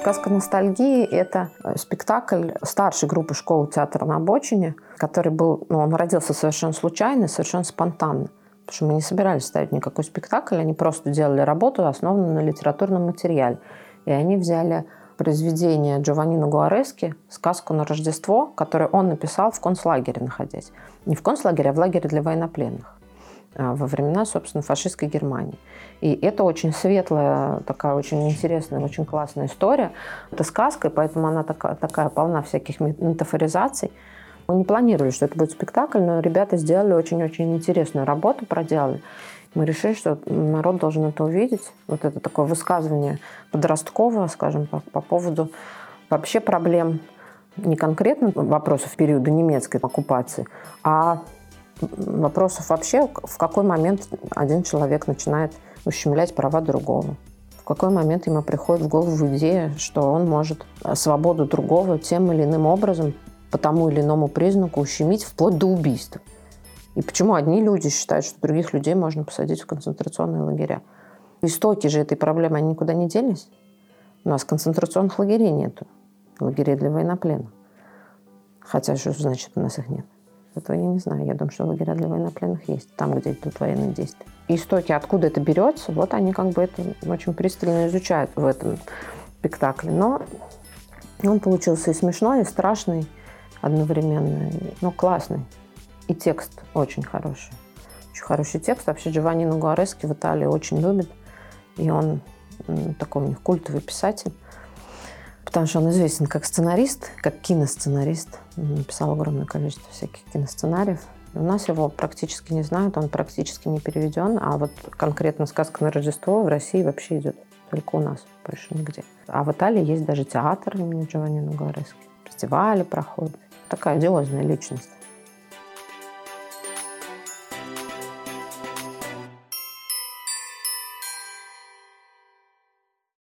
«Сказка ностальгии» — это спектакль старшей группы школы театра на обочине, который был, он родился совершенно случайно, совершенно спонтанно. Потому что мы не собирались ставить никакой спектакль, они просто делали работу, основанную на литературном материале. И они взяли произведение Джованнино Гуарески «Сказку на Рождество», которое он написал в концлагере, находясь. Не в концлагере, а в лагере для военнопленных во времена, собственно, фашистской Германии. И это очень светлая, такая очень интересная, очень классная история. Это сказка, и поэтому она такая полна всяких метафоризаций. Мы не планировали, что это будет спектакль, но ребята сделали очень-очень интересную работу, проделали. Мы решили, что народ должен это увидеть. Вот это такое высказывание подростковое, скажем, по поводу вообще проблем не конкретно вопросов периода немецкой оккупации, а вопросов вообще, в какой момент один человек начинает ущемлять права другого. В какой момент ему приходит в голову идея, что он может свободу другого тем или иным образом по тому или иному признаку ущемить вплоть до убийства. И почему одни люди считают, что других людей можно посадить в концентрационные лагеря. Истоки же этой проблемы, они никуда не делись. У нас концентрационных лагерей нету. Лагерей для военнопленных. Хотя, что значит, у нас их нет? Этого я не знаю. Я думаю, что лагеря для военнопленных есть. Там, где идут военные действия. Истоки, откуда это берется, вот они как бы это очень пристально изучают в этом спектакле. Но он получился и смешной, и страшный одновременно. Но классный. И текст очень хороший. Очень хороший текст. Вообще Джованнино Гуарески в Италии очень любят. И он такой у них культовый писатель. Потому что он известен как сценарист, как киносценарист. Он написал огромное количество всяких киносценариев. И у нас его практически не знают, он практически не переведен. А вот конкретно «Сказка на Рождество» в России вообще идет только у нас, больше нигде. А в Италии есть даже театр имени Джованнино Гуарески. Фестивали проходят. Такая одиозная личность.